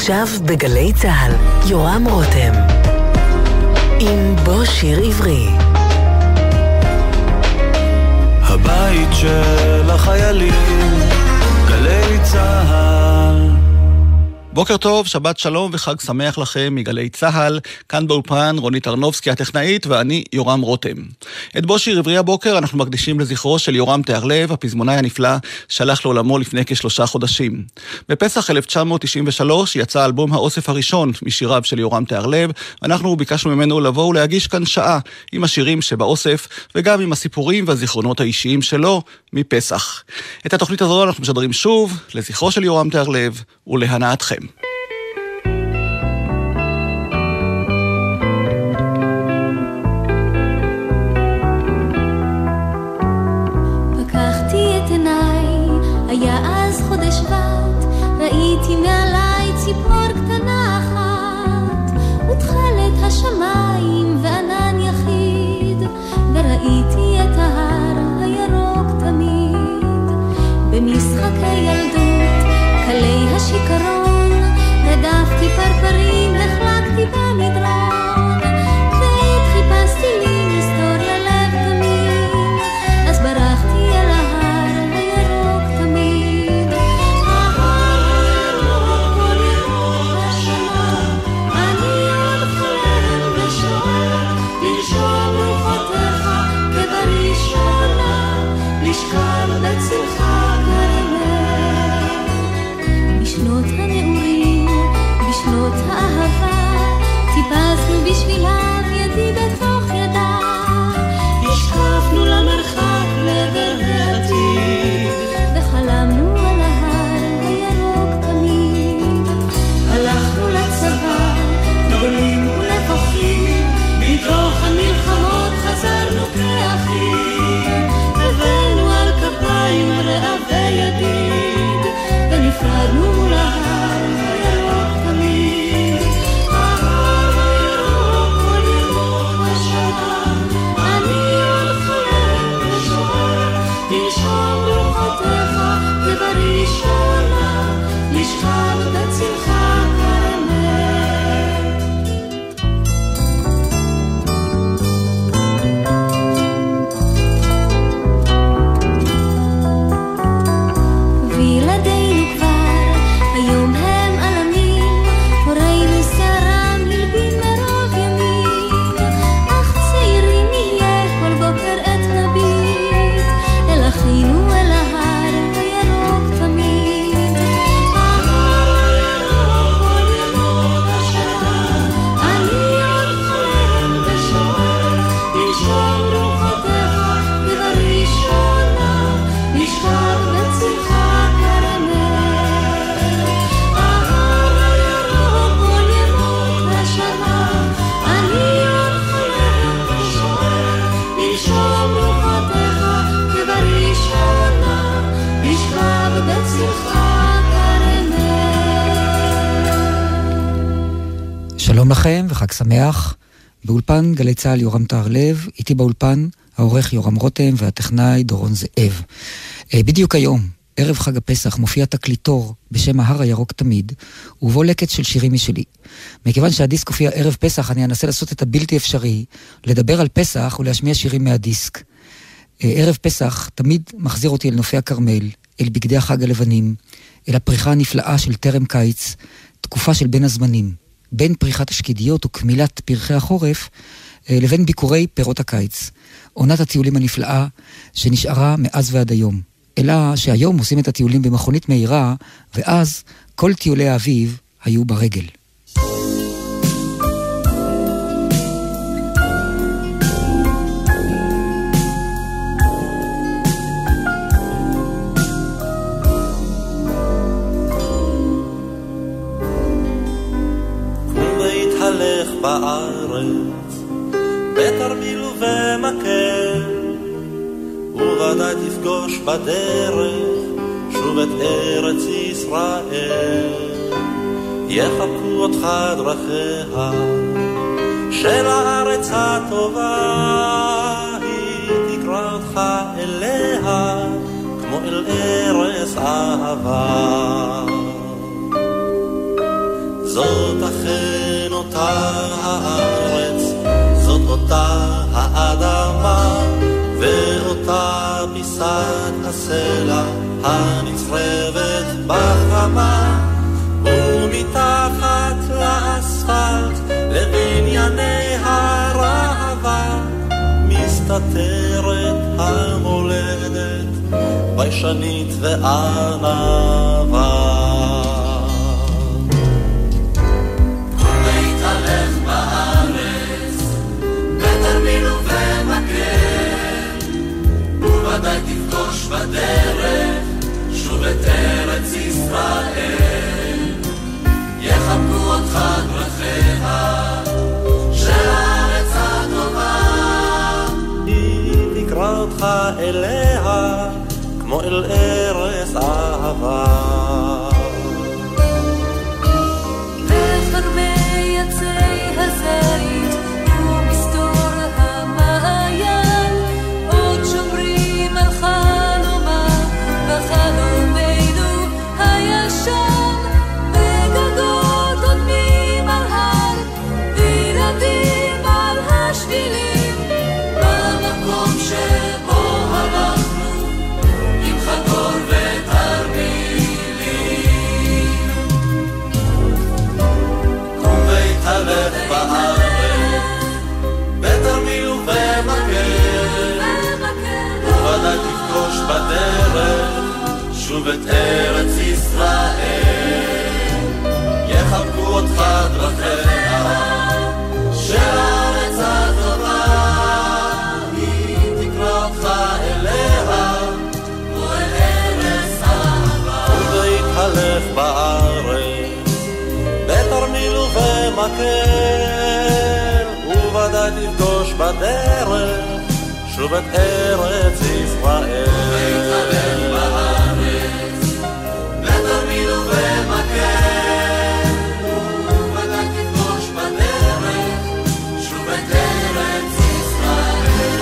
עכשיו בגלי צהל, יורם רותם עם בו שיר עברי. הבית של החיילים, גלי צהל. בוקר טוב, שבת שלום וחג שמח לכם מגלי צהל, כאן באולפן רונית ארנובסקי הטכנאית ואני יורם רותם. את בו שיר עברי הבוקר אנחנו מקדישים לזכרו של יורם תיארלב, הפזמונאי הנפלא שהלך לעולמו לפני כ3 חודשים. בפסח 1993 יצא אלבום האוסף הראשון משיריו של יורם תיארלב, ואנחנו ביקשנו ממנו לבוא ולהגיש כאן שעה עם השירים שבאוסף וגם עם הסיפורים והזיכרונות האישיים שלו מפסח. את התוכנית הזו אנחנו משדרים שוב לזכרו של יורם תיארלב ולהנאתכם. פקחתי את עיניי, היה אז חודש שבט, ראיתי מעליי ציפור קטנה אחת, ותכלת השמיים וענן יחיד, וראיתי את ההר הירוק תמיד. במשחקי ילדות, קלי השיקרון, רדפתי פרפרים, נחלקתי במדרון, ועת חיפשתי לי היסטוריה לב תמיד, אז ברחתי אל ההר הירוק תמיד. ההר הירוק, כל ירוק השנה, אני עוד חולם ושואל, לנשום רוחותיך כבראשונה, לשכב בצלך כרמל. בשנות הנעורים, בשנות האהבה, טיפסנו בשביליו ידי בתוך ידה, השקפנו למרחק לעבר העתיד, וחלמנו על ההר הירוק תמיד. הלכנו לצבא, גדולים ולבוכים, מתוך המלחמות חזרנו כאחים, הבאנו על כפיים רעבי ידיד, ונפרדנו מול ההר הירוק תמיד. ההר הירוק, כל ירוק השנה, אני עוד חולם ושואל, לנשום ברוחותיך כבראשונה, לשכב בצלך כרמל. וילדינו כבר, היום הם עלמים, הורינו שערם ילבין מרוב ימים, אך צעירים נהיה כל בוקר עת נביט, אל אחינו אל ההר הירוק תמיד. ההר הירוק, כל ירוק השנה, אני עוד חולם ושואל, לנשום רוחותיך כבראשונה, לשכב בצלך כרמל. ההר הירוק, כל ירוק השנה, אני עוד חולם ושואל, לנשום רוחותיך כבראשונה, לשכב בצלך כרמל. שלום לכם וחג שמח. באולפן גלי צהל יורם תיארלב, איתי באולפן העורך יורם רותם והטכנאי דורון זאב. בדיוק היום, ערב חג הפסח, מופיע תקליטור בשם ההר הירוק תמיד, ובו לקט של שירים משלי. מכיוון שהדיסק הופיע ערב פסח, אני אנסה לעשות את הבלתי אפשרי, לדבר על פסח ולהשמיע שירים מהדיסק. ערב פסח תמיד מחזיר אותי אל נופי הכרמל, אל בגדי החג הלבנים, אל הפריחה הנפלאה של טרם קיץ, תקופה של בין הזמנים, בין פריחת השקידיות וכמילת פרחי החורף, לבין ביקורי פירות הקיץ. עונת הטיולים הנפלאה שנשארה מאז ועד היום. אלא שהיום עושים את הטיולים במכונית מהירה, ואז כל טיולי האביב היו ברגל. והתהלך בארץ בתרמיל ובמקל, וודאי תפגוש בדרך שוב את ארץ ישראל. יחבקו אותך דרכיה של הארץ הטובה, היא תקרא אותך אליה כמו אל ארץ אהבה. זאת אכן אותה הארץ, זאת אותה האדמה, ואותה פיסת הסלע הנצרבת בחמה, ומתחת לאספלט לבנייני הרעבה מסתתרת המולדת ביישנית וענבה. ובהתהלך בארץ בתרמיל ובמקל, ובוודאי תפגוש בדרך שוב את ארץ ישראל. יחבקו אותך דרכיה של הארץ הטובה, היא תקרא אותך אליה כמו אל ארץ אהבה. בחרמי עצי הזית ומסתור המעיין עוד שומרים על חלומה וחלומנו הישן, בגגות עודמים על הר וילדים על השבילים, במקום שבו הלכנו עם חגור ותרמילים. קום והתהלך בארץ בתרמיל ובמקל, ובוודאי תפגוש בדרך שוב את ארץ ישראל. יחבקו אותך דרכיה של הארץ הטובה, היא תקרא אותך אליה כמו אל ארץ אהבה. ובהתהלך בארץ בתרמיל ובמקל, ובוודאי תפגוש בדרך שוב את ארץ ישראל. ובהתהלך בארץ בתרמיל ובמקל, ובוודאי תפגוש בדרך שוב את ארץ ישראל.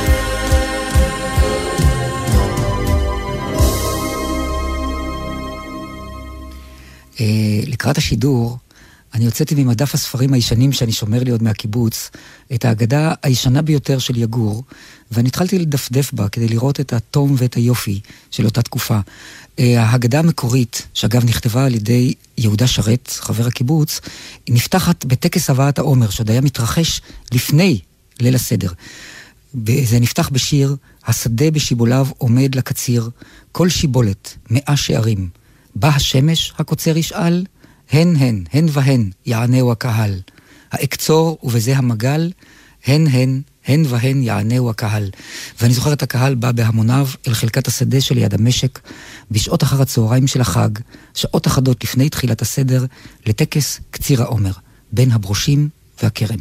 לקראת השידור, אני הוצאתי ממדף הספרים הישנים שאני שומר לי עוד מהקיבוץ, את ההגדה הישנה ביותר של יגור, ואני התחלתי לדפדף בה כדי לראות את התום ואת היופי של אותה תקופה. ההגדה המקורית, שאגב נכתבה על ידי יהודה שרת, חבר הקיבוץ, היא נפתחת בטקס הבאת העומר, שעוד היה מתרחש לפני ליל הסדר. זה נפתח בשיר, השדה בשיבוליו עומד לקציר, כל שיבולת, 100 שערים. בא השמש, הקוצר ישאל, הן הן, הן והן, יענהו הקהל. האקצור ובזה המגל, הן הן, הן והן יענהו הקהל. ואני זוכר את הקהל בא בהמוניו אל חלקת השדה שליד המשק, בשעות אחר הצהריים של החג, שעות אחדות לפני תחילת הסדר, לטקס קציר העומר, בין הברושים והכרם.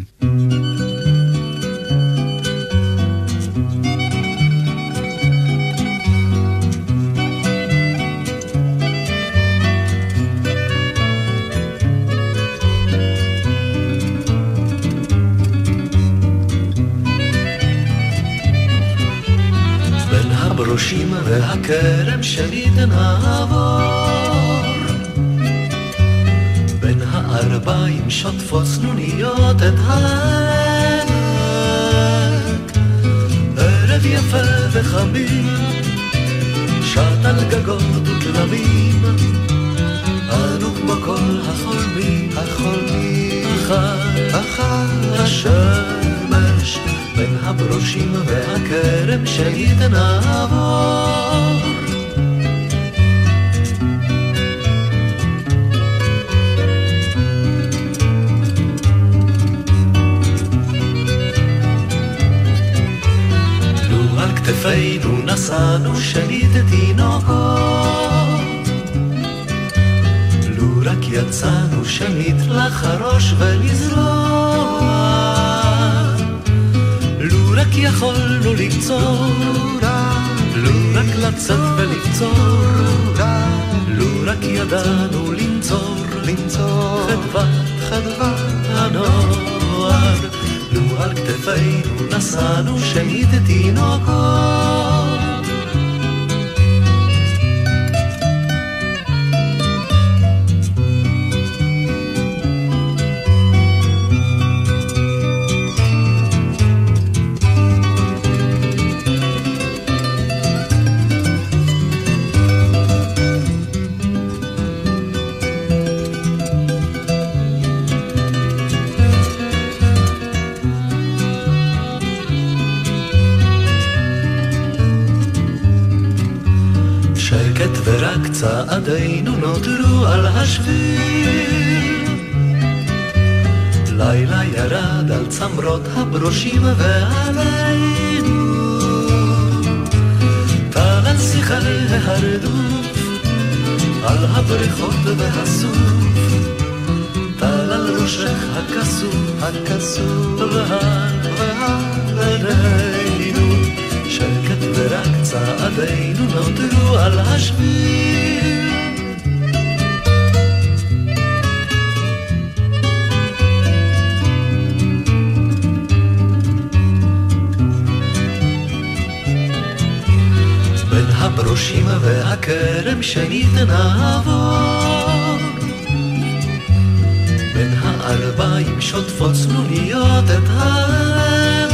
הברושים והכרם שלי נעבור, בין הערביים שוטפות סנוניות את העמק, ערב יפה וחמים, שט על גגות ותלמים, אנו כמו כל החולמים, אחר השמש, בין הברושים והכרם שלי נעבור. לו על כתפינו נשאנו שליט תינוקות, לו רק יצאנו שליט לחרוש ולזרוע, רק יכולנו לקצור, לו רק לצאת ולקצור, לו רק ידענו לנצור, חדוות הנוער, לו על כתפינו נשאנו שליט תינוקות. צעדינו נותרו על השביל. לילה ירד על צמרות הברושים ועלינו טל על שיחי ההרדוף, על הבריכות והסוף, טל על ראשך הכסוף ועלינו שקט ורק צעדינו נותרו על השביל. בין הברושים והכרם שנית נעבור, בין הערביים שוטפות צנוניות את העמק,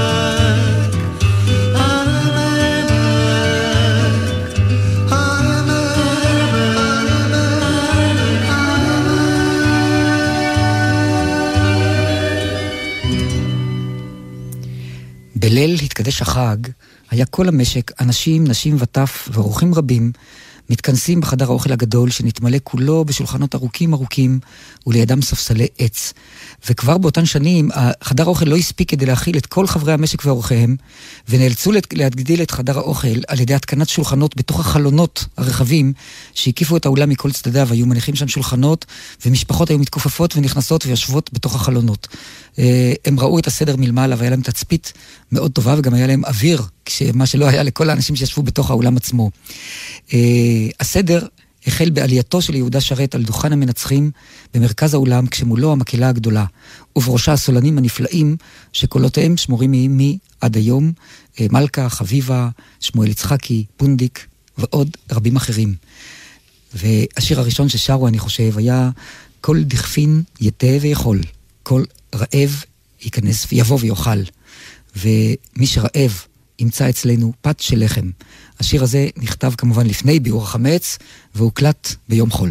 בליל התקדש החג, היה כל המשק, אנשים, נשים וטף ואורחים רבים, מתכנסים בחדר האוכל הגדול שנתמלא כולו בשולחנות ארוכים ארוכים ולידם ספסלי עץ. וכבר באותן שנים חדר האוכל לא הספיק כדי להכיל את כל חברי המשק ואורחיהם, ונאלצו להגדיל את חדר האוכל על ידי התקנת שולחנות בתוך החלונות הרחבים שהקיפו את האולם מכל צדדיו. היו מניחים שם שולחנות ומשפחות היו מתכופפות ונכנסות ויושבות בתוך החלונות. הם ראו את הסדר מלמעלה והיה להם תצפית מאוד טובה וגם היה להם אוויר, מה שלא היה לכל האנשים שישבו בתוך האולם עצמו. הסדר החל בעלייתו של יהודה שרת על דוכן המנצחים במרכז האולם, כשמולו המקהלה הגדולה, ובראשה הסולנים הנפלאים שקולותיהם שמורים מעמי עד היום, מלכה, חביבה, שמואל יצחקי, פונדיק ועוד רבים אחרים. והשיר הראשון ששרו, אני חושב, היה כל דכפין יתה ויכול, כל רעב ייכנס ויבוא ויאכל, ומי שרעב ימצא אצלנו פת של לחם. השיר הזה נכתב כמובן לפני ביעור החמץ, והוקלט ביום חול.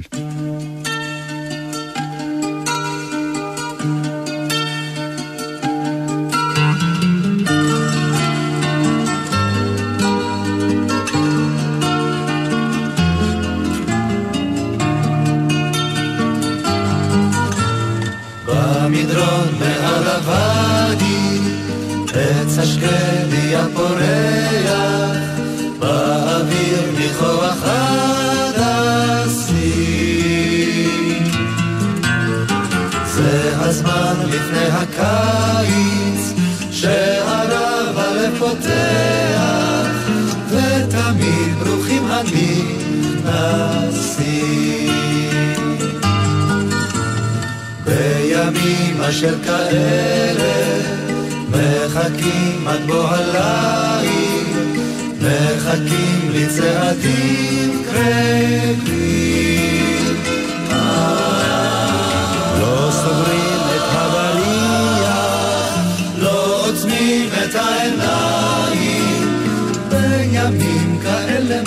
במדרון מעל הוואדי, עץ השקדי הפורח, באוויר ניחוח הדסים. זה הזמן לפני הקיץ, שהרב הלב פותח, ותמיד ברוכים הנכנסים. בימים אשר כאלה מחכים עד בוא הליל, מחכים לצעדים קרבים. לא סוגרים את הבריח, לא עוצמים את העיניים, בימים כאלה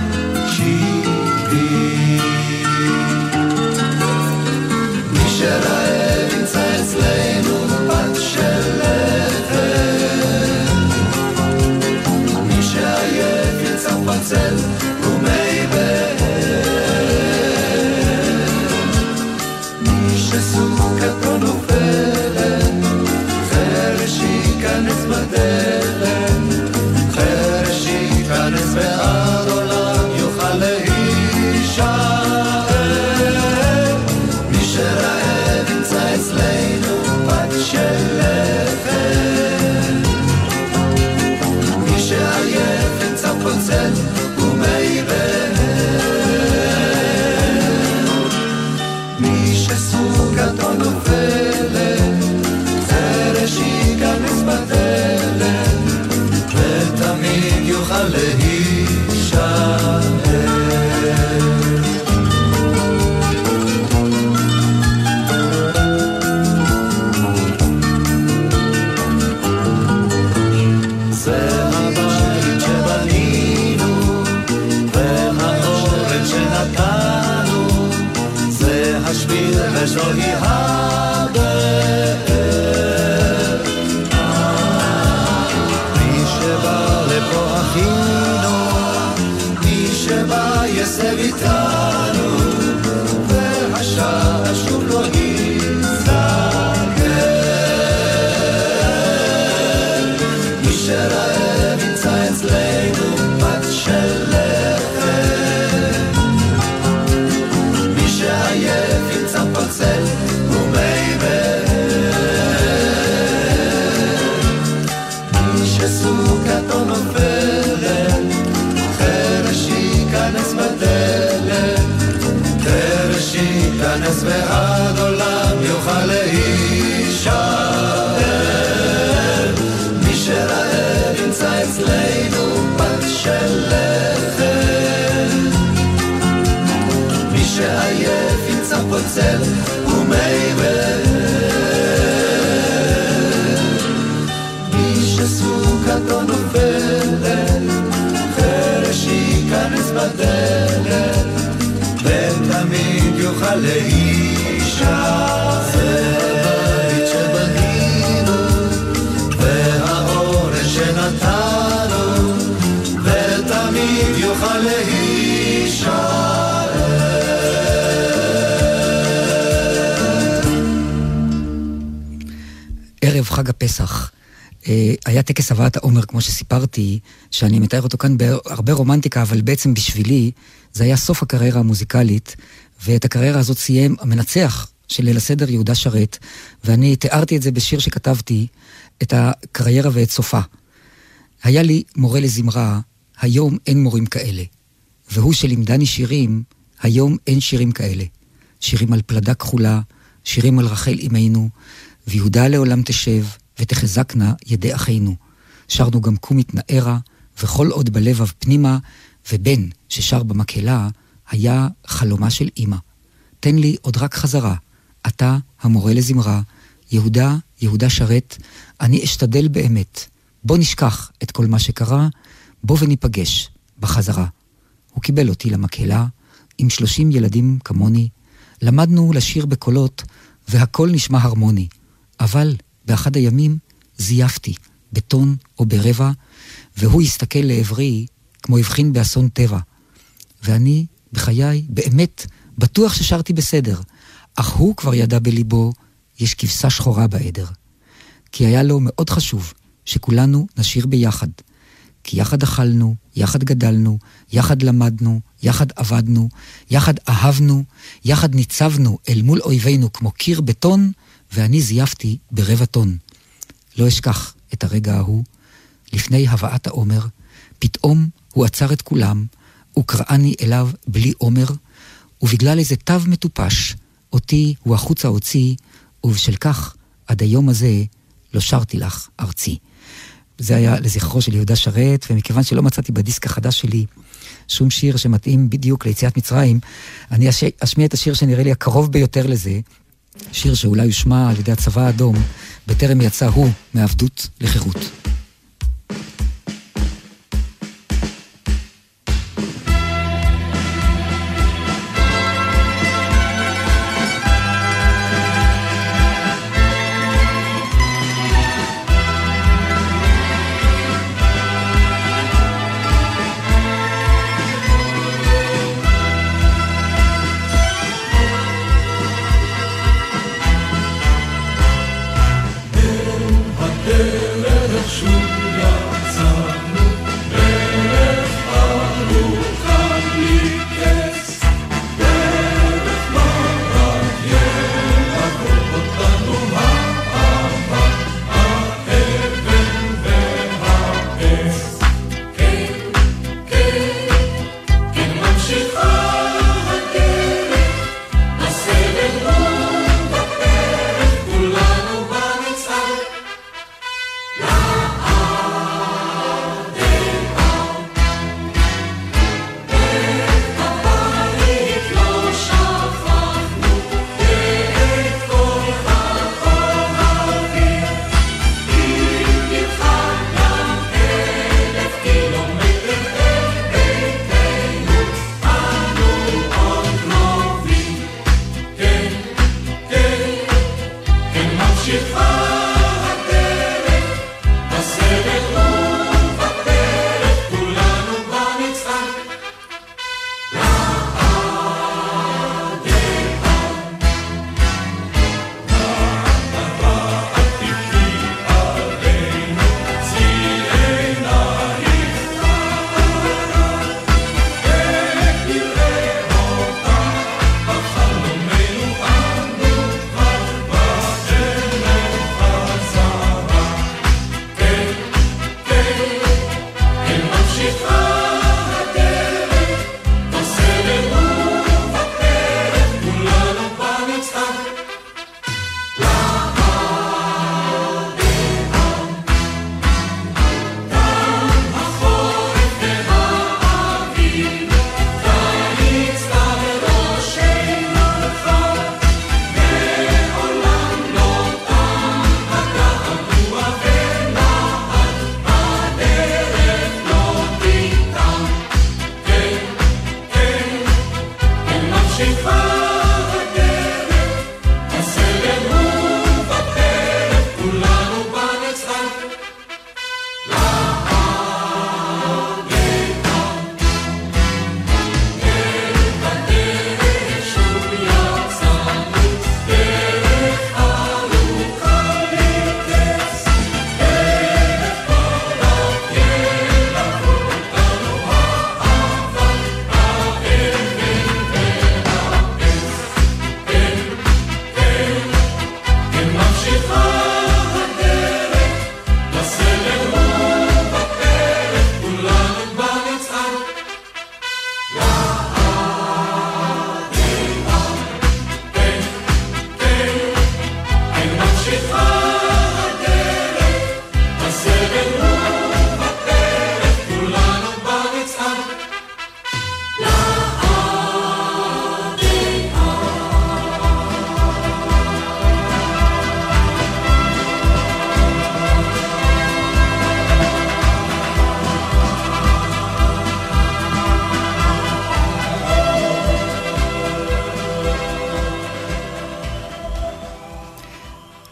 מקשיבים. מי שרעב ימצא אצלנו פת של לחם, מי שעייף ימצא פצל ומי בהר, מי שסוכתו נופלת, חרש ייכנס בדלת, חרש ייכנס ועד עולם יוכל להישאר. מי שרעב ימצא אצלנו פת של לחם, מי שעייף ימצא פוצל ומי בהר, מי שסוכתו נופלת, חרש ייכנס בדלת, ותמיד יוכל להישאר. זה הבית שבנינו והאורן שנתנו, זה השביל וזוהי הבאר. מי שבא לפה אחינו, מי שבא יסב איתנו, לא ייסגר. מי שרעב ימצא אצלנו פת של לחם, מי שעייף ימצא פרצל ומימר, מי שסוכתו נופלת חרש ייכנס בדלת, חרש ייכנס ועד עולם יוכל להישאר. מי שרעב ימצא אצלנו פת של לחם, מי שעייף ימצא פוצל ומימר, מי שסוכתו נופלת חרש ייכנס בדלת ותמיד יוכל להישאר. זה הבית שבנינו והאורש שנתנו ותמיד יוכל להישאר. ערב חג הפסח היה טקס הבאת העומר, כמו שסיפרתי, שאני מתאר אותו כאן בהרבה רומנטיקה, אבל בעצם בשבילי זה היה סוף הקריירה המוזיקלית, ואת הקריירה הזאת סיים המנצח של ליל הסדר יהודה שרת, ואני תיארתי את זה בשיר שכתבתי, את הקריירה ואת סופה. היה לי מורה לזמרה, היום אין מורים כאלה, והוא שלימדני שירים, היום אין שירים כאלה. שירים על פלדה כחולה, שירים על רחל אמנו, ויהודה לעולם תשב, ותחזקנה ידי אחינו. שרנו גם קום מתנערה, וכל עוד בלב אב פנימה, ובן ששר במקהלה, היה חלומה של אמא. תן לי עוד רק חזרה, אתה המורה לזמרה, יהודה שרת, אני אשתדל באמת. בוא נשכח את כל מה שקרה, בוא וניפגש בחזרה. הוא קיבל אותי למקהלה, עם 30 ילדים כמוני, למדנו לשיר בקולות, והכל נשמע הרמוני. אבל באחד הימים זייפתי, בטון או ברבע, והוא הסתכל לעברי כמו הבחין באסון טבע. ואני, בחיי, באמת, בטוח ששרתי בסדר, אך הוא כבר ידע בליבו, יש כבשה שחורה בעדר. כי היה לו מאוד חשוב שכולנו נשיר ביחד. כי יחד אכלנו, יחד גדלנו, יחד למדנו, יחד עבדנו, יחד אהבנו, יחד ניצבנו אל מול אויבינו כמו קיר בטון, ואני זייפתי ברבע טון. לא אשכח את הרגע ההוא, לפני הבאת העומר, פתאום הוא עצר את כולם, וקראני אליו בלי עומר, ובגלל איזה תו מטופש, אותי הוא החוצה הוציא, ובשל כך עד היום הזה לא שרתי לך ארצי. זה היה לזכרו של יהודה שרת, ומכיוון שלא מצאתי בדיסק החדש שלי שום שיר שמתאים בדיוק ליציאת מצרים, אני אשמיע את השיר שנראה לי הקרוב ביותר לזה, שיר שאולי יושמע על ידי הצבא האדום, בטרם יצא הוא מעבדות לחירות. הדרך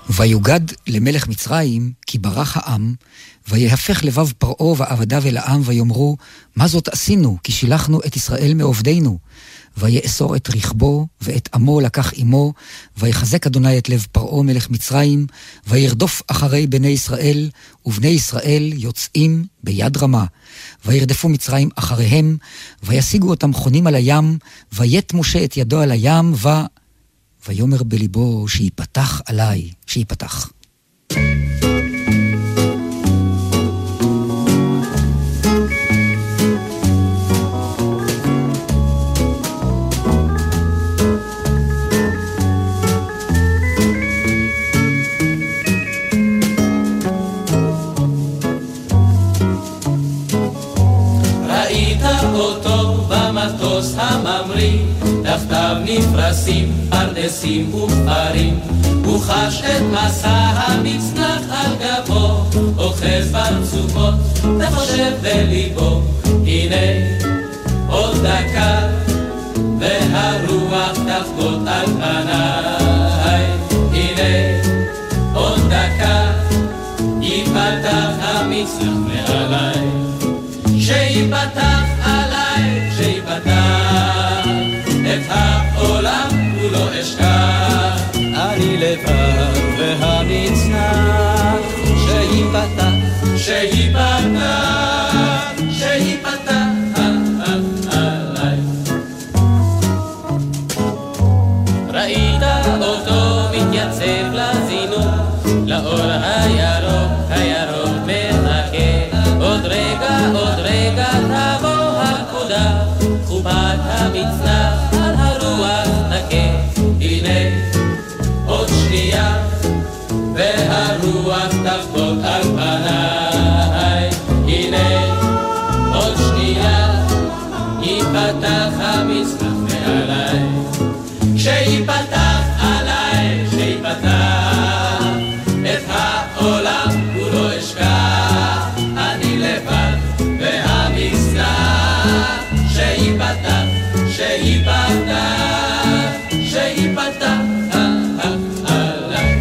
ויוגד למלך מצרים כי ברח העם, ויהפך לבב פרעה ועבדיו אל העם, ויאמרו, מה זאת עשינו? כי שילחנו את ישראל מעובדינו. ויאסור את רכבו, ואת עמו לקח עמו, ויחזק אדוני את לב פרעה מלך מצרים, וירדוף אחרי בני ישראל, ובני ישראל יוצאים ביד רמה. וירדפו מצרים אחריהם, וישיגו אותם חונים על הים, וית משה את ידו על הים, ויאמר בליבו שיפתח עליי, שיפתח. במטוס הממריא, תחתיו נפרסים פרדסים ופרים, הוא חש את מסע המצנח על גבו, אוחז במצוקות וחושב בליבו, הנה עוד דקה והרוח תחבוט על פניי, הנה עוד דקה ייפתח המצנח מעליי, שיפתח עליי, שיפתח את העולם כולו אשכח, אני לבד והמצנח, שיפתח, שיפתח, שיפתח עליי. ראית אותו מתייצב לזינוק, לאור הירוק, הירוק מחכה, עוד רגע תבוא הפקודה, חובת המצנח על הרוח נקה, הנה עוד שנייה והרוח תחבוט על פניי, הנה עוד שנייה ייפתח המצנח מעליי, כשיפתח עליי, שיפתח את העולם כולו אשכח, אני לבד והמצנח, שיפתח, שיפתח, שיפתח עליי.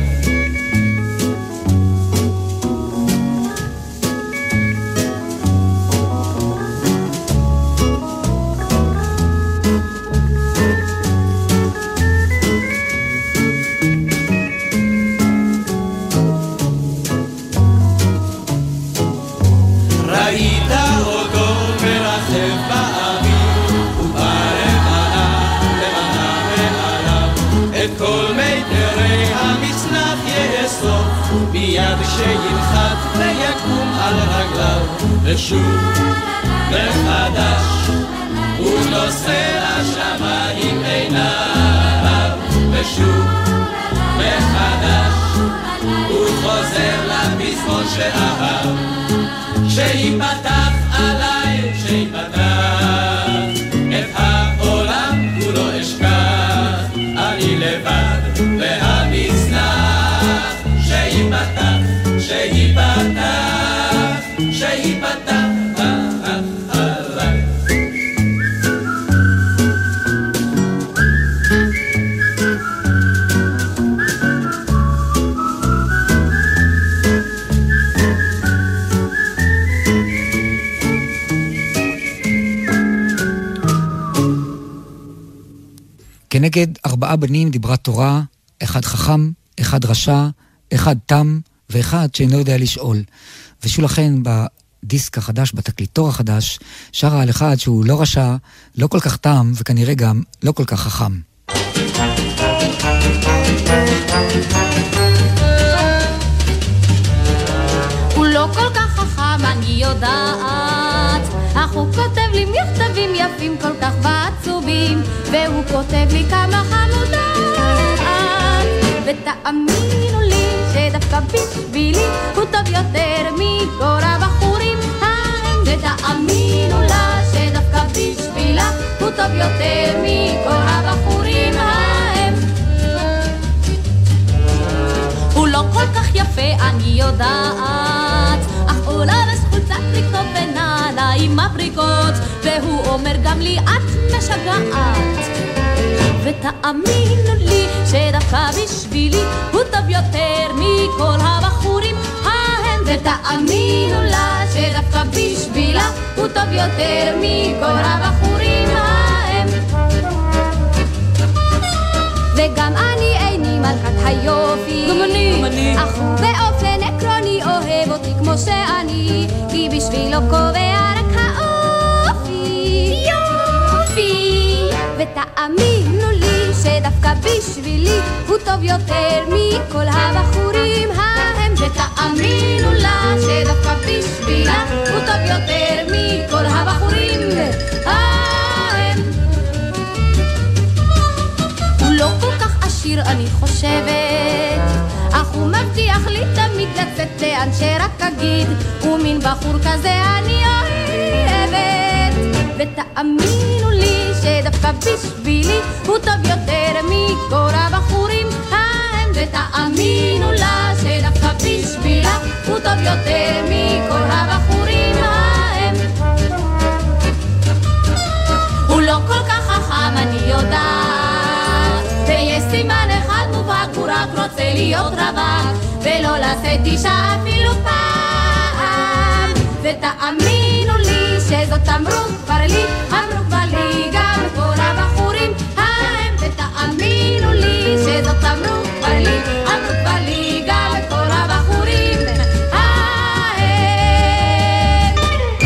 ראית אותו מרחב באוויר, וברמנה למעלה מעליו, את כל מיתרי המצנח יאסוף, מיד שינחת ויקום על רגליו, ושוב מחדש הוא נושא לשמיים עיניו, ושוב מחדש הוא חוזר לפזמון שאהב, שיפתח עליי, שיפתח את העולם כולו אשכח, אני לבד והמצנח, שיפתח, שיפתח, שיפתח עליי. כנגד 4 בנים דיברה תורה, 1 חכם, 1 רשע, 1 תם, ואחד שאינו יודע לשאול. ושולחן בדיסק החדש, בתקליטור החדש, שרה על אחד שהוא לא רשע, לא כל כך תם, וכנראה גם לא כל כך חכם. הוא לא כל כך חכם, אני יודעת, אך הוא כותב לי מכתבים יפים כל כך ועצובים, והוא כותב לי כמה חמודות, ותאמינו לי שדווקא בשבילי הוא טוב יותר מכל הבחורים ההם, ותאמינו לה שדווקא בשבילה הוא טוב יותר מכל הבחורים ההם. הוא לא כל כך יפה, אני יודעת, אך הוא לבש חולצת טריקו ונעליים מבריקות, והוא אומר גם לי את משגעת, ותאמינו לי שדווקא בשבילי הוא טוב יותר ותאמינו לה שדווקא בשבילה הוא טוב יותר מכל הבחורים ההם. וגם אני איני מלכת היופי, גם אני. אך הוא באופן עקרוני אוהב אותי כמו שאני, כי בשבילו קובע רק האופי. יופי! ותאמינו לי שדווקא בשבילי הוא טוב יותר מכל הבחורים ההם. ותאמינו לה שדווקא בשבילה הוא טוב יותר מכל הבחורים ההם. הוא לא כל כך עשיר אני חושבת, אך הוא מבטיח לי תמיד לצאת לאן שרק אגיד, ומין בחור כזה אני אוהבת. ותאמינו לי שדווקא בשבילי הוא טוב יותר מכל הבחורים ההם. ותאמינו לה שדווקא בשבילה הוא טוב יותר מכל הבחורים ההם. הוא לא כל כך חכם אני יודעת, ויש סימן אחד מובהק, הוא רק רוצה להיות רווק ולא לשאת אישה אפילו פעם. ותאמינו לי שזאת אמרו כבר לי, אמרו כבר לי גם כל הבחורים ההם. ותאמינו לי שזאת אמרו כבר לי, אמרו כבר לי גם כל הבחורים ההם.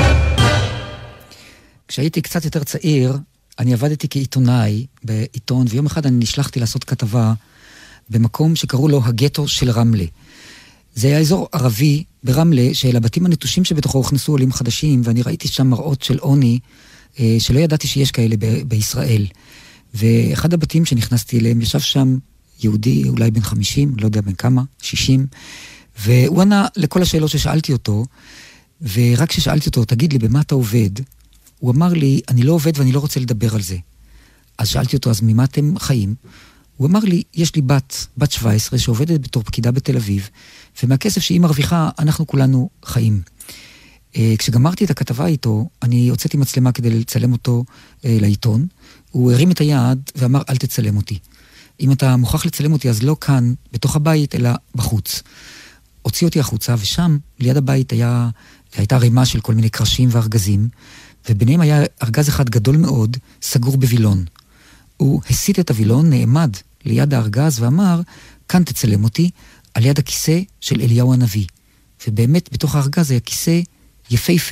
כשהייתי קצת יותר צעיר, אני עבדתי כעיתונאי בעיתון, ויום אחד אני נשלחתי לעשות כתבה במקום שקראו לו הגטו של רמלה. זה היה אזור ערבי ברמלה, של הבתים הנטושים שבתוכו הוכנסו עולים חדשים, ואני ראיתי שם מראות של עוני, שלא ידעתי שיש כאלה בישראל. ואחד הבתים שנכנסתי אליהם, ישב שם יהודי, אולי בן 50, לא יודע בן כמה, 60, והוא ענה לכל השאלות ששאלתי אותו, ורק כששאלתי אותו, תגיד לי, במה אתה עובד? הוא אמר לי, אני לא עובד ואני לא רוצה לדבר על זה. אז שאלתי אותו, אז ממה אתם חיים? הוא אמר לי, יש לי בת 17 שעובדת בתור פקידה בתל אביב, ומהכסף שהיא מרוויחה, אנחנו כולנו חיים. כשגמרתי את הכתבה איתו, אני הוצאתי מצלמה כדי לצלם אותו לעיתון. הוא הרים את היד ואמר, אל תצלם אותי. אם אתה מוכרח לצלם אותי, אז לא כאן, בתוך הבית, אלא בחוץ. הוציא אותי החוצה, ושם, ליד הבית, הייתה רימה של כל מיני קרשים וארגזים, וביניהם היה ארגז אחד גדול מאוד, סגור בווילון. הוא הסיט את הווילון, נעמד ליד הארגז ואמר, כאן תצלם אותי, על יד הכיסא של אליהו הנביא. ובאמת, בתוך הארגז היה כיסא יפהפה.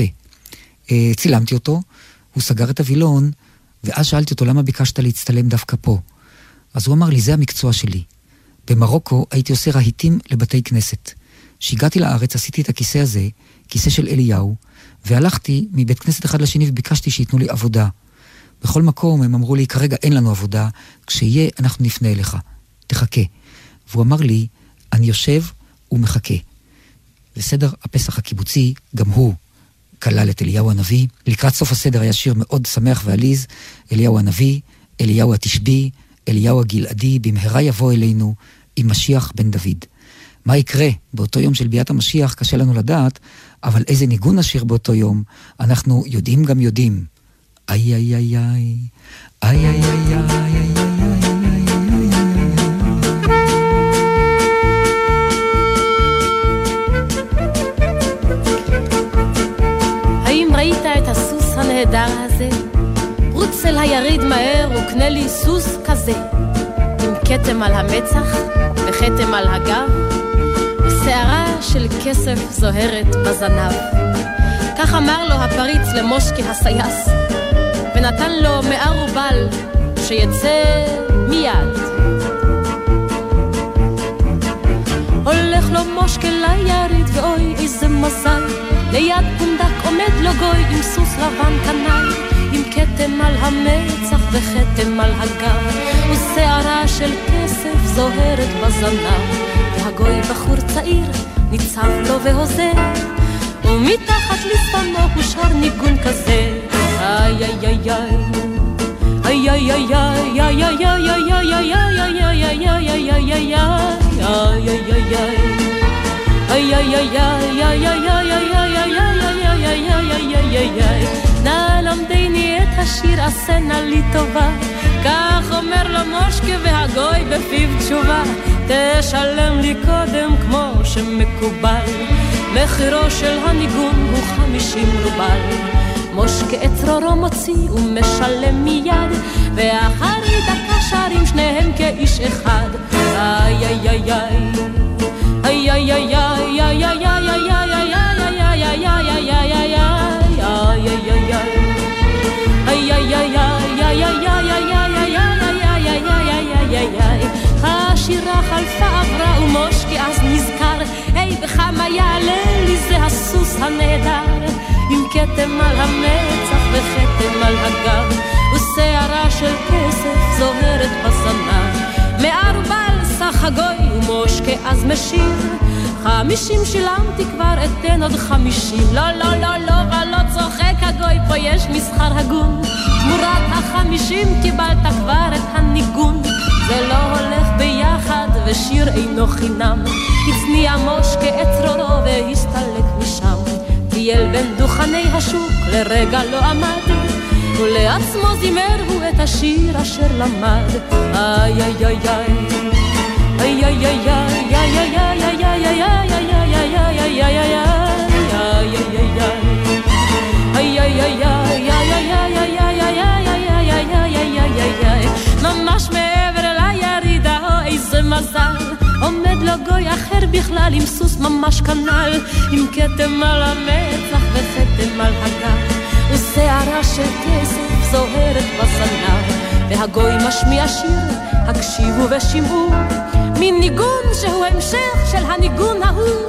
צילמתי אותו, הוא סגר את הווילון, ואז שאלתי אותו, למה ביקשת להצטלם דווקא פה? אז הוא אמר לי, זה המקצוע שלי. במרוקו הייתי עושה רהיטים לבתי כנסת. שהגעתי לארץ, עשיתי את הכיסא הזה, כיסא של אליהו, והלכתי מבית כנסת אחד לשני וביקשתי שיתנו לי עבודה. בכל מקום הם אמרו לי, כרגע אין לנו עבודה, כשיהיה אנחנו נפנה אליך, תחכה. והוא אמר לי, אני יושב ומחכה. וסדר הפסח הקיבוצי, גם הוא כלל את אליהו הנביא. לקראת סוף הסדר היה שיר מאוד שמח ועליז, אליהו הנביא, אליהו התשבי, אליהו הגלעדי, במהרה יבוא אלינו עם משיח בן דוד. מה יקרה באותו יום של ביאת המשיח קשה לנו לדעת, אבל איזה ניגון השיר באותו יום, אנחנו יודעים גם יודעים. איי איי איי איי, איי איי איי איי. האם ראית את הסוס הנהדר הזה? רוץ אל היריד מהר וקנה לי סוס כזה, עם כתם על המצח וכתם על הגב, ושערה של כסף זוהרת בזנב. כך אמר לו הפריץ למושקי הסייס, ונתן לו 100 רובל שיצא מיד. הולך לו מושקי ליריד ואוי איזה מזל, ליד פונדק עומד לו גוי עם סוס לבן קנאי, עם כתם על המצח וכתם על הגב, ושערה של כסף זוהרת בזנב. והגוי בחור צעיר ניצב לו והוזר, ומתחת לשפנו הוא שר ניגון כזה. איי איי איי איי איי איי איי איי איי איי. נא למדני את השיר עשנה לי טובה, כך אומר לו מושקי והגוי בפיו תשובה. תשלם לי קודם כמו שמקובל מחירו של הניגון הוא 50 רובל. מושקה את צרורו מוציא ומשלם מיד, ואחרי דקה שרים שניהם כאיש אחד. איי איי איי איי איי איי איי איי השירה חלפה עברה ומושקי אז נזכר, היי וכמה יעלה לי זה הסוס הנהדר, עם כתם על המצח וכתם על הגב, ושערה של כסף זוהרת בסנר. מערבל סך הגוי ומושקי אז משיר, 50 שילמתי כבר אתן עוד 50. לא לא לא לא ולא צוחק הגוי, פה יש מסחר הגון, תמורת 50 קיבלת כבר את הניגון. זה לא הולך ביחד ושיר אינו חינם, הצניע מושקה את צרורו והסתלק משם. טייל בין דוכני השוק לרגע לא עמד, ולעצמו זימר הוא את השיר אשר למד. איי איי איי איי איי איי איי, ממש מעבר לירידה איזה מזל, עומד לו גוי אחר בכלל עם סוס ממש כנל, עם כתם על המצח וכתם על הגב, ושערה של כסף זוהרת בסנר. והגוי משמיע שיר, הקשיבו ושמעו, מין ניגון שהוא המשך של הניגון ההוא.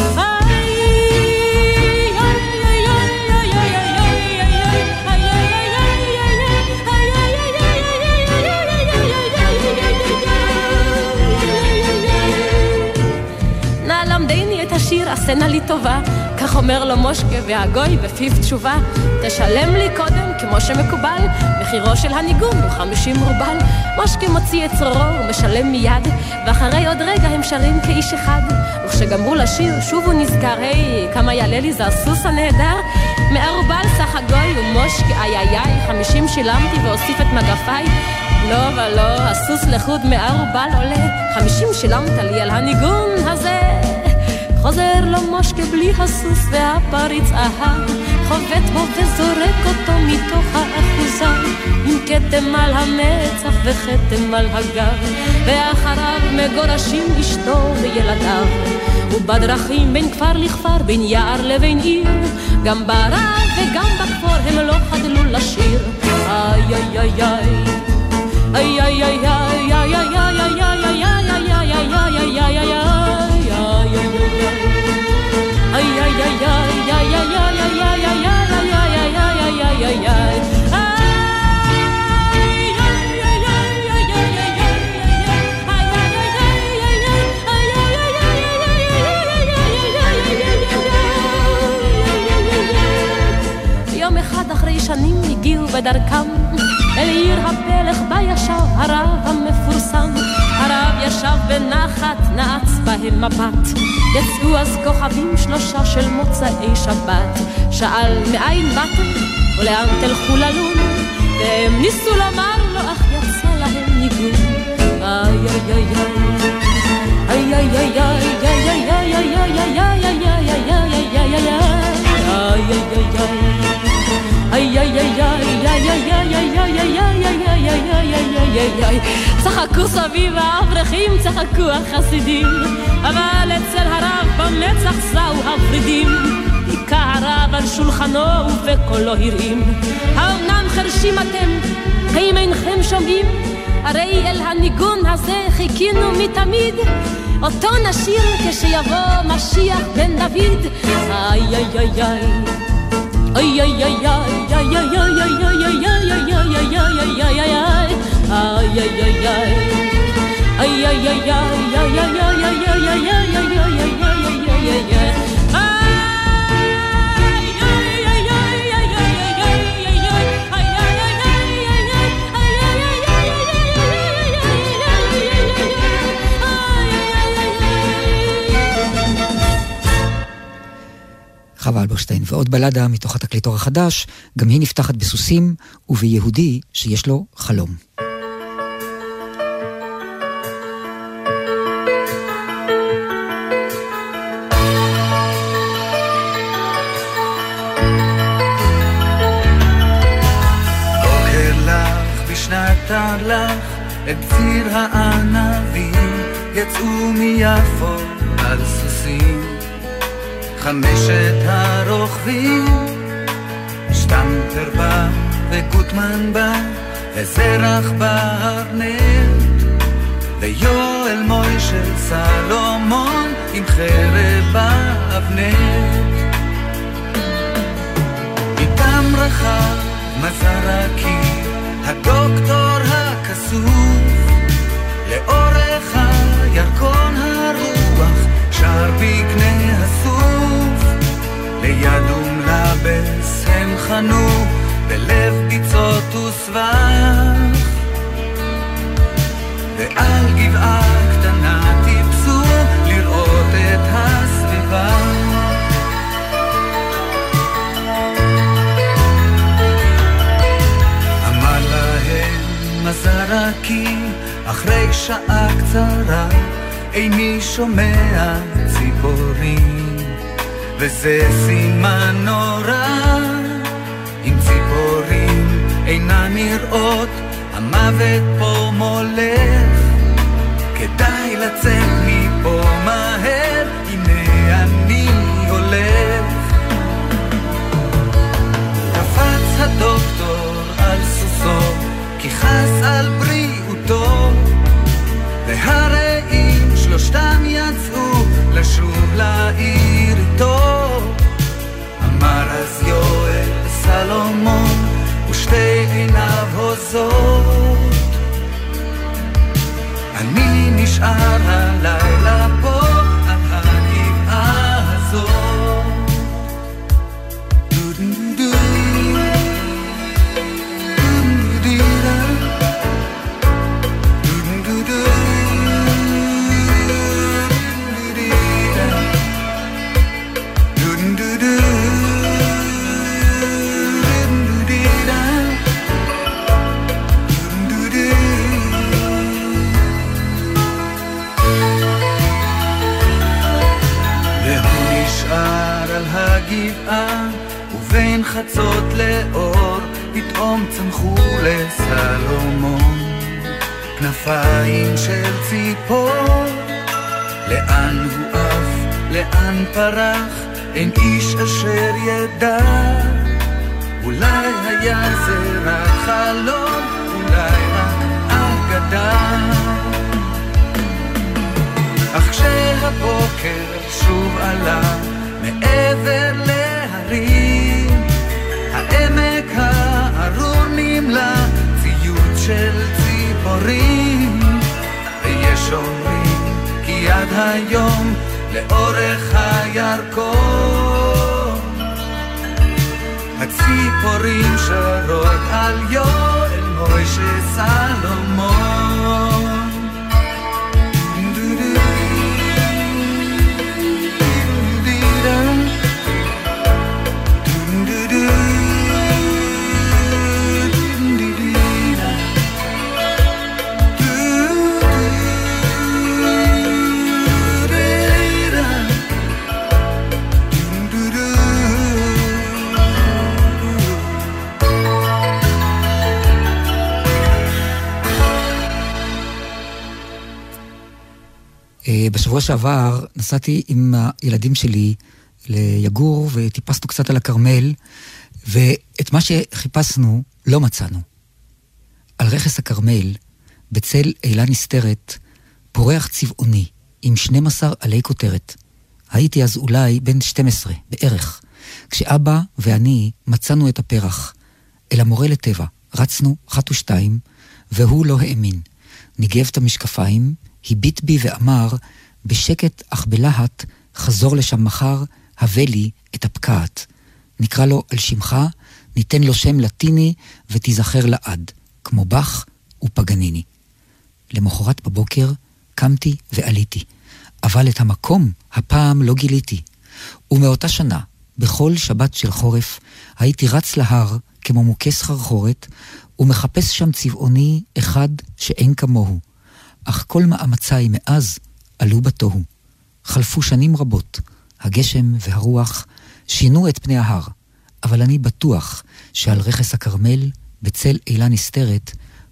השיר עשנה לי טובה, כך אומר לו מושקה, והגוי בפיו תשובה. תשלם לי קודם כמו שמקובל, מחירו של הניגון הוא 50 רובל. מושקה מוציא את צרורו ומשלם מיד, ואחרי עוד רגע הם שרים כאיש אחד. וכשגמרו לשיר שוב הוא נזכר, היי כמה יעלה לי זה הסוס הנהדר. 100 רובל סך הגוי ומושקה, איי איי איי 50 שילמתי והוסיף את מגפיי. לא ולא, הסוס לחוד 100 רובל עולה, 50 שילמת לי על הניגון הזה. חוזר לו מושקה בלי הסוס והפריץ אהב, חובט בו וזורק אותו מתוך האחוזה, עם כתם על המצח וכתם על הגב, ואחריו מגורשים אשתו וילדיו. ובדרכים בין כפר לכפר, בין יער לבין עיר, גם ברב וגם בכפור הם לא חדלו לשיר. איי איי איי איי איי איי איי איי איי איי יום אחד אחרי שנים הגיעו בדרכם אל עיר הפלך בה ישב הרב המפורסם. הרב ישב בנחת, נעץ בהם מבט. יצאו אז כוכבים 3 של מוצאי שבת. שאל מאין באתם ולאן תלכו ללון, והם ניסו לומר לו אך יצא להם ניגון. איי איי איי איי איי איי איי איי איי צחקו סביב האברכים, צחקו החסידים, אבל אצל הרב במצח זהו הפרידים. היכה הרב על שולחנו ובקולו הרעים, האומנם חרשים אתם? האם אינכם שומעים? הרי אל הניגון הזה חיכינו מתמיד, אותו נשיר כשיבוא משיח בן דוד. איי איי איי איי איי איי איי איי חווה אלברשטיין, ועוד בלדה מתוך התקליטור החדש, גם היא נפתחת בסוסים וביהודי שיש לו חלום. אתר לך את ציר הענבים, יצאו מיפו על סוסים, חמשת הרוכבים, שטמפר בא וגוטמן בא וזרח בארנט, ויואל מוישה סלומון עם חרב באבנט. איתם רחב מזרקי הדוקטור הכסוף, לאורך הירקון הרוח שר בקנה הסוף, ליד ומלבס הם חנו בלב ביצות וסבך, ועל גבעה קטנה טיפסו לראות את הסביבה. אמר להם מזרקי אחרי שעה קצרה, איני שומע ציפורים, וזה סימן נורא. אם ציפורים אינן נראות, המוות פה מולך, כדאי לצאת מפה מהר, הנה אני הולך. קפץ הדוקטור על סוסו, כי חס על בריאותו, והרעים שלושתם יצאו לשוב לעיר איתו. אמר אז יואל סלומון ושתי עיניו הוזות, אני נשאר הלילה פה על הגבעה הזאת. הגבעה ובין חצות לאור פתאום צמחו לסלומון כנפיים של ציפור. לאן הוא עף, לאן פרח, אין איש אשר ידע. אולי היה זה רק חלום, אולי רק אגדה. אך כשהבוקר שוב עלה מעבר להרים, העמק הארור נמלא ציוץ של ציפורים. ויש אומרים כי עד היום לאורך הירקון הציפורים שרות על יואל מוישה סלומון. בשבוע שעבר נסעתי עם הילדים שלי ליגור וטיפסנו קצת על הכרמל, ואת מה שחיפשנו לא מצאנו. על רכס הכרמל, בצל אילה נסתרת, פורח צבעוני עם 12 עלי כותרת. הייתי אז אולי בן 12 בערך, כשאבא ואני מצאנו את הפרח. אל המורה לטבע רצנו 1 ו2, והוא לא האמין. ניגב את המשקפיים, הביט בי ואמר, בשקט אך בלהט, חזור לשם מחר, הבא לי את הפקעת. נקרא לו על שמך, ניתן לו שם לטיני, ותיזכר לעד, כמו בח ופגניני. למחרת בבוקר קמתי ועליתי, אבל את המקום הפעם לא גיליתי. ומאותה שנה, בכל שבת של חורף, הייתי רץ להר כמו מוכה סחרחורת, ומחפש שם צבעוני אחד שאין כמוהו. אך כל מאמציי מאז עלו בתוהו. חלפו שנים רבות, הגשם והרוח שינו את פני ההר, אבל אני בטוח שעל רכס הכרמל, בצל אילה נסתרת,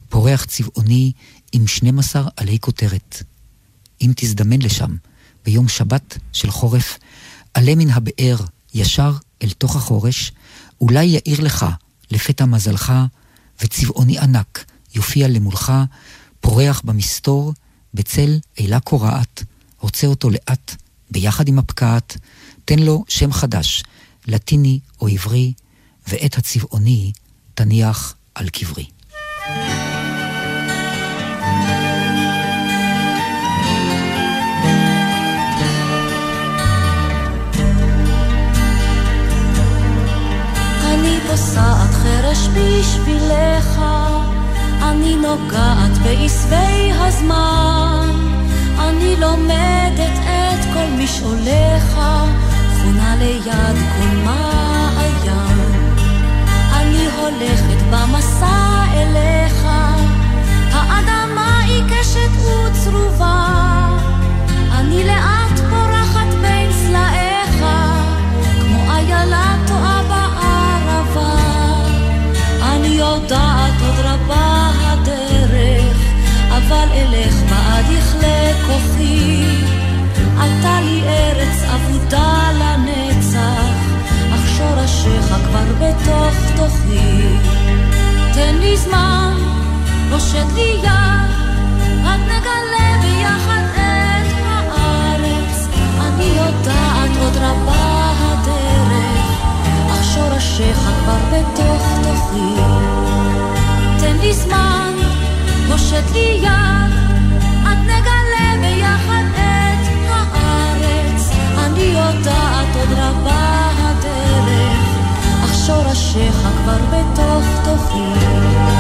פורח צבעוני עם 12 עלי כותרת. אם תזדמן לשם, ביום שבת של חורף, עלה מן הבאר ישר אל תוך החורש, אולי יאיר לך לפתע מזלך, וצבעוני ענק יופיע למולך, פורח במסתור, בצל אילה קורעת, רוצה אותו לאט, ביחד עם הפקעת, תן לו שם חדש, לטיני או עברי, ואת הצבעוני תניח על קברי. אני פוסעת חרש בשבילך, אני נוגעת בעשבי הזמן, אני לומדת את כל משעוליך, חונה ליד כל מעיין. אני הולכת במסע אליך, האדמה עיקשת וצרובה, אני לאט פורחת בין סלעיך, כמו איילה טועה בערבה. אני יודעת עוד רבה הדרך, אבל אלך בעד יכלה כוחי. עלתה לי ארץ עבודה לנצח, אך שורשיך כבר בתוך תוכי. תן לי זמן, פושט לי יד, עד נגלה ביחד את הארץ. אני יודעת עוד רבה הדרך, אך שורשיך כבר בתוך תוכי. תן לי זמן, פושט לי יד, עד נגלה ביחד את הארץ. אני יודעת עוד רבה הדרך, אך שורשיך כבר בתוך תוכי.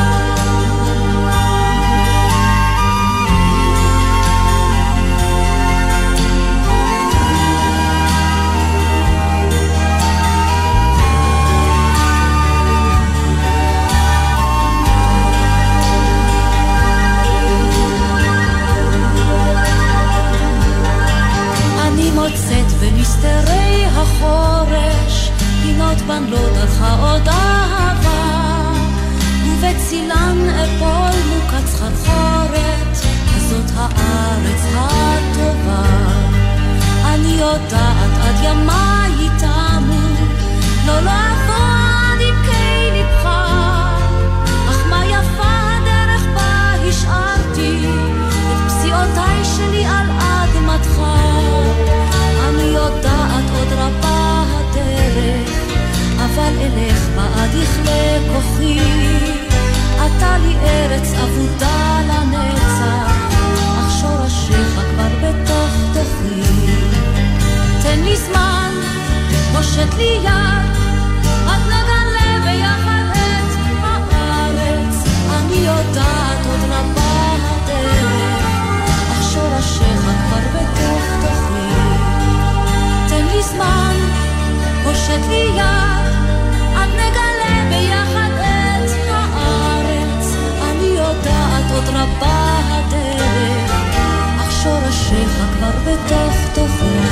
מוצאת במסתרי החורש, פינות בנלות עליך עוד אהבה, ובצילן אפול מוקץ חרחורת, הזאת הארץ הטובה. אני יודעת עד ימי תמו, לא לעבור עד עמקי לבך, אך מה יפה הדרך בה השארתי, את פסיעותיי שלי על אדמתך. אני יודעת עוד רבה הדרך, אבל אלך בעד יכלה כוחי. אתה לי ארץ עבודה לנצח, אך שורשיך כבר בתוך תוכי. תן לי זמן, פושט לי יד, עד נגלה ביחד את הארץ. אני יודעת עוד רבה הדרך, אך שורשיך כבר בתוך תוכי. תן לי זמן, פושט לי יד, עד נגלה ביחד את הארץ. אני יודעת עוד רבה הדרך, אך שורשיך כבר בתוך תוכי.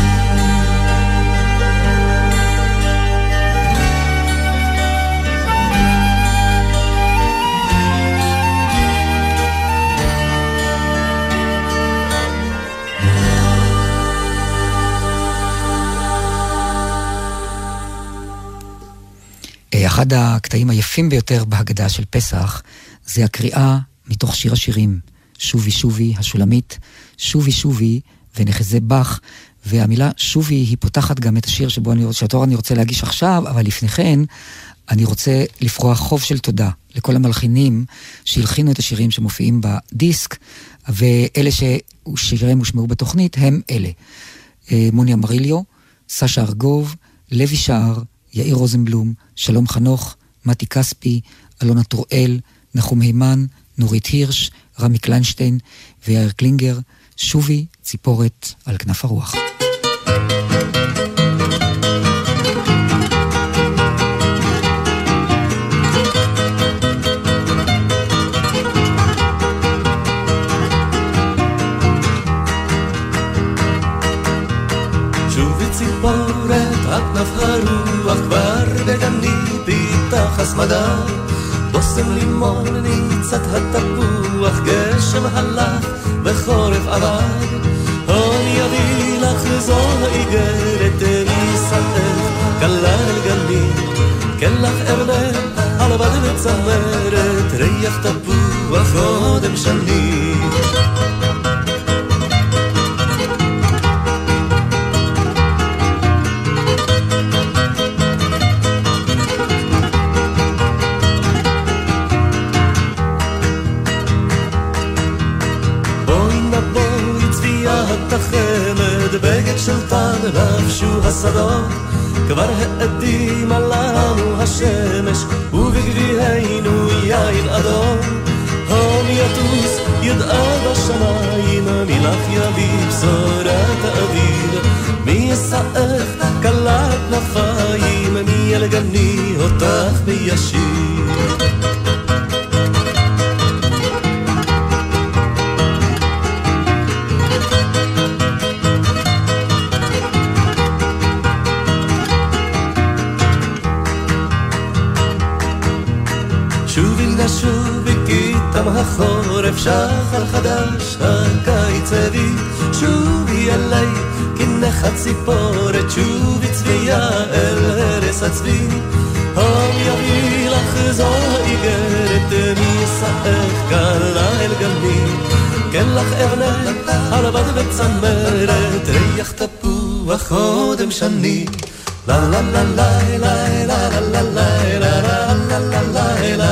אחד הקטעים היפים ביותר בהגדה של פסח זה הקריאה מתוך שיר השירים, שובי שובי השולמית, שובי שובי ונחזה בך, והמילה שובי היא פותחת גם את השיר שאותו אני רוצה להגיש עכשיו, אבל לפני כן אני רוצה לפרוע חוב של תודה לכל המלחינים שהלחינו את השירים שמופיעים בדיסק, ואלה ששיריהם הושמעו בתוכנית הם אלה: מוניה מריליו, סשה ארגוב, לוי שער, יאיר רוזנבלום, שלום חנוך, מתי כספי, אלונה טוראל, נחום הימן, נורית הירש, רמי קליינשטיין ויאיר קלינגר. שובי ציפורת על כנף הרוח. שובי ציפורת על כנף הרוח, כבר בגני פיתח הסמדה, בוסם לימון ניצת התפוח, גשם הלך וחורף עבד. אני אביא לך זו האיגרת מישראל, כלה אל גני, כן לך אבנה, על בד וצמרת, ריח תפוח קודם שני. החמד בגד של תן לבשו השדות, כבר העדימה לנו השמש ובגביענו יין אדום. הון יטוס ידעה בשמיים, מלך יביא בשורת האוויר, מי יסעך קלת נפיים, מי ילגני אותך בישיר. שובי כי תם החורף, שחר חדש הקיץ הביא. שובי אליי כנחת ציפורת, שובי צביה אל הרס הצבי. הום יביא לך זו האיגרת מיסעך, כלה אל גני, כן לך אבנה על בד וצמרת, ריח תפוח קודם שני. La la la la la la la la la la la la la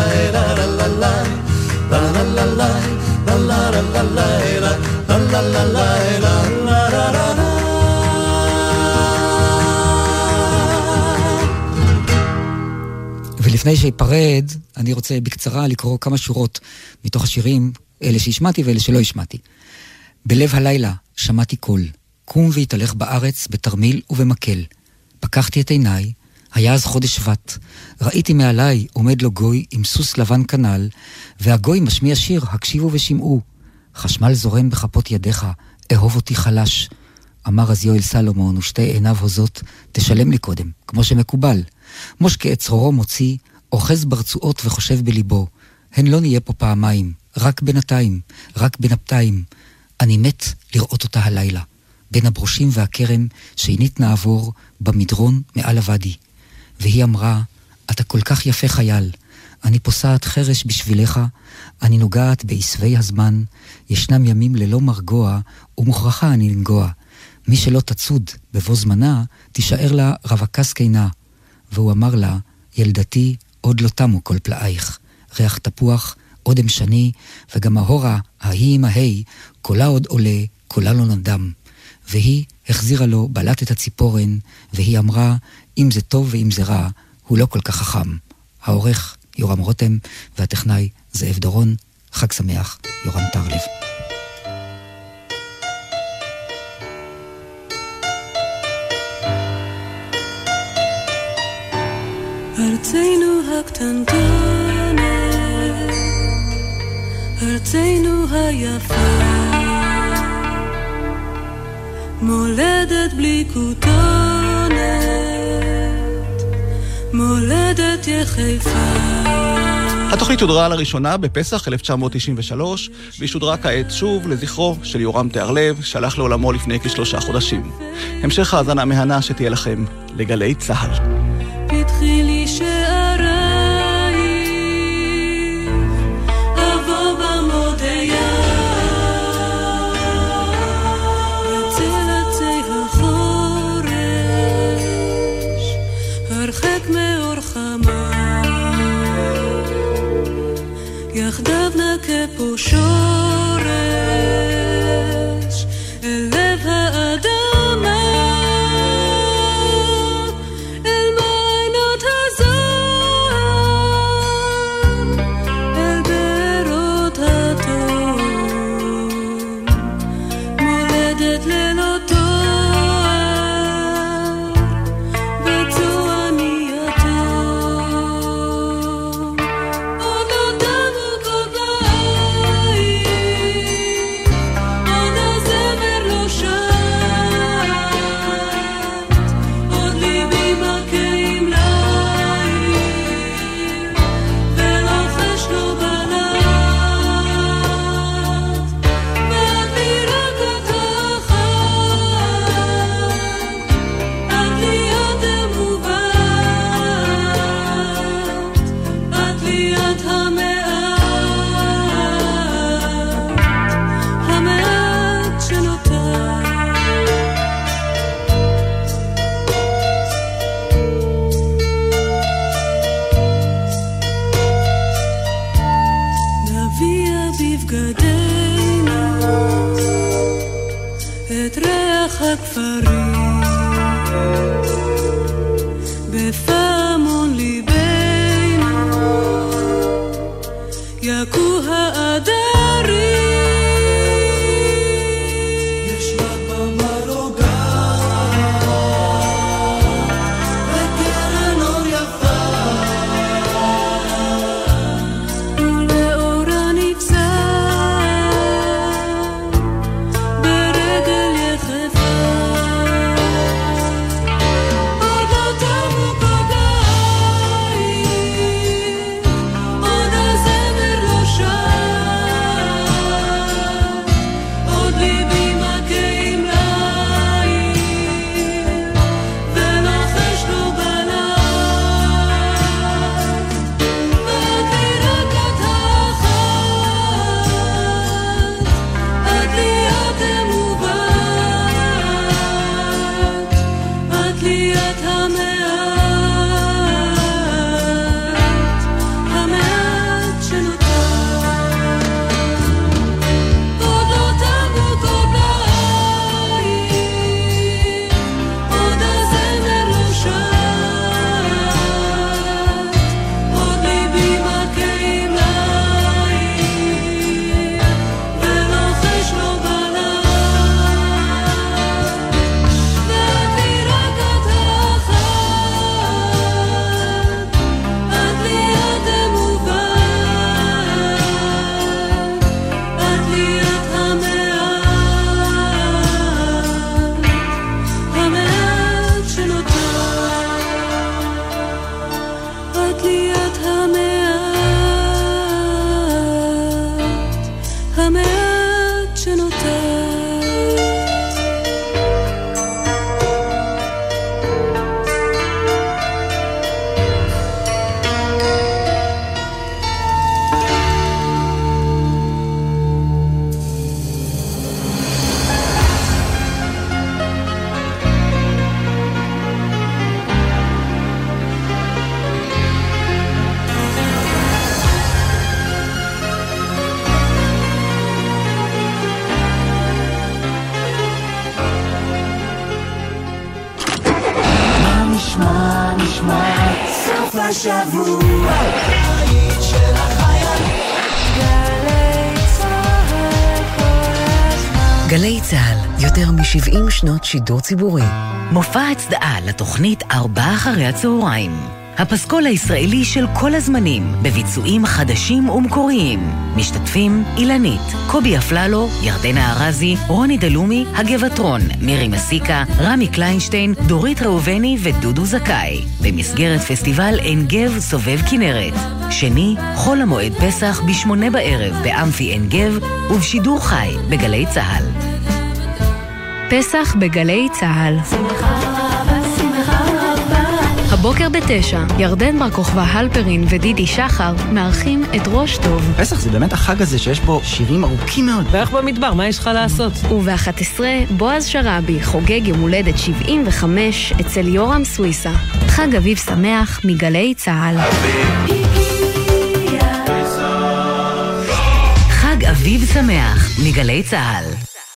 ולפני שיפרד, אני רוצה בקצרה לקרוא כמה שורות מתוך השירים, אלה שהשמעתי ואלה שלא השמעתי. בלב הלילה שמעתי קול, קום והתהלך בארץ בתרמיל ובמקל. פקחתי את עיניי, היה אז חודש שבט. ראיתי מעליי עומד לו גוי עם סוס לבן כנל, והגוי משמיע שיר, הקשיבו ושמעו. חשמל זורם בכפות ידיך, אהוב אותי חלש. אמר אז יואל סלומון, ושתי עיניו הוזות, תשלם לי קודם, כמו שמקובל. מושקה את צרורו מוציא, אוחז ברצועות וחושב בליבו. הן לא נהיה פה פעמיים, רק בינתיים, רק בנפתיים. אני מת לראות אותה הלילה. בין הברושים והכרם שעינית נעבור במדרון מעל הוואדי. והיא אמרה, אתה כל כך יפה חייל, אני פוסעת חרש בשבילך, אני נוגעת בעשבי הזמן, ישנם ימים ללא מרגוע, ומוכרחה אני לנגוע. מי שלא תצוד בבוא זמנה, תישאר לה רווקה סקינה. והוא אמר לה, ילדתי, עוד לא תמו כל פלאייך. ריח תפוח, אודם שני, וגם ההורה, ההיא עם ההי, קולה עוד עולה, קולה לא נדם. והיא החזירה לו בלט את הציפורן, והיא אמרה, אם זה טוב ואם זה רע, הוא לא כל כך חכם. העורך יורם רותם והטכנאי זאב דורון. חג שמח, יורם טרלב. ארצנו הקטנטונת, ארצנו היפה, מולדת בלי כותונת, מולדת יחיפה. התוכנית שודרה לראשונה בפסח 1993, והיא שודרה כעת שוב לזכרו של יורם טהרלב, שהלך לעולמו לפני כ3 חודשים. המשך האזנה מהנה שתהיה לכם לגלי צהל. פתחי לי שערייך, אבוא במודיה, בצלצי החורש, הרחק מאור חמה, יחדיו נקה פה שורש, אל לב האדמה, אל מעיינות הזוהר, בתוך הכפרים, בפעמון ליבנו יכו האדרים. יש רק במרוגה וקרן אור יפה, ולאורה נפסע ברגל יחפה. עוד לא תמו קודיים, עוד הזמר לא שר, עוד ליבי מכה עם לעיר ולוחש לו בלב. ואת לי רק את האחת, את לי את המובן, את לי את המעט שנותר. עוד לא תמו קודיים, עוד הזמר לא שר, עוד ליבי מכה עם לעיר ולוחש לו בלב. ואת לי רק את האחת, את לי את המובן, את לי את המעט שנותר. את לי את המעט שנותר. סוף השבוע בית של החיילים. גלי צהל, יותר מ-70 שנות שידור ציבורי. מופע הצדעה לתוכנית 16:00. הפסקול הישראלי של כל הזמנים, בביצועים חדשים ומקוריים. משתתפים אילנית, קובי אפללו, ירדנה ארזי, רוני דלומי, הגבעטרון, מירי מסיקה, רמי קליינשטיין, דורית ראובני ודודו זכאי. במסגרת פסטיבל עין גב סובב כנרת. שני, חול המועד פסח ב8 בערב באמפי עין גב ובשידור חי בגלי צהל. פסח בגלי צהל. הבוקר ב9, ירדן בר כוכבא הלפרין ודידי שחר מארחים את ראש טוב. פסח זה באמת החג הזה שיש בו שירים ארוכים מאוד. ואיך במדבר, מה יש לך לעשות? וב11, בועז שרבי חוגג יום הולדת 75 אצל יורם סוויסה. חג אביב שמח מגלי צהל. חג אביב שמח מגלי צהל.